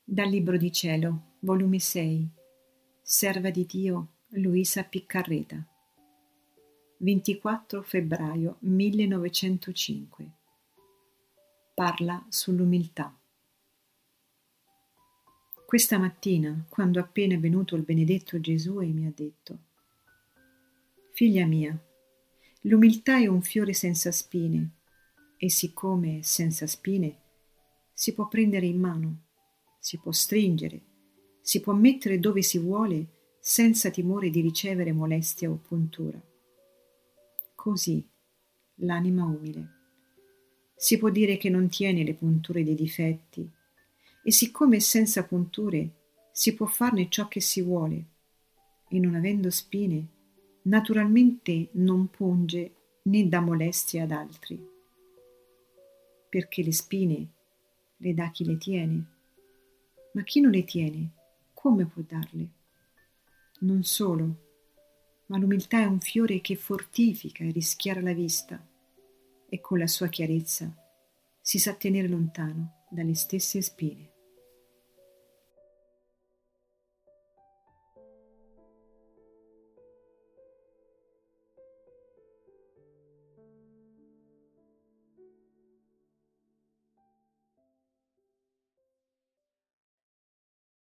Dal Libro di Cielo, volume 6, Serva di Dio Luisa Piccarreta, 24 febbraio 1905. Parla sull'umiltà. Questa mattina, quando appena è venuto il benedetto Gesù e mi ha detto: Figlia mia, l'umiltà è un fiore senza spine, e siccome è senza spine, si può prendere in mano, si può stringere, si può mettere dove si vuole senza timore di ricevere molestia o puntura. Così l'anima umile. Si può dire che non tiene le punture dei difetti, e siccome è senza punture, si può farne ciò che si vuole, e non avendo spine, naturalmente non punge né dà molestia ad altri. Perché le spine le dà chi le tiene, ma chi non le tiene, come può darle? Non solo, ma l'umiltà è un fiore che fortifica e rischiara la vista, e con la sua chiarezza si sa tenere lontano dalle stesse spine.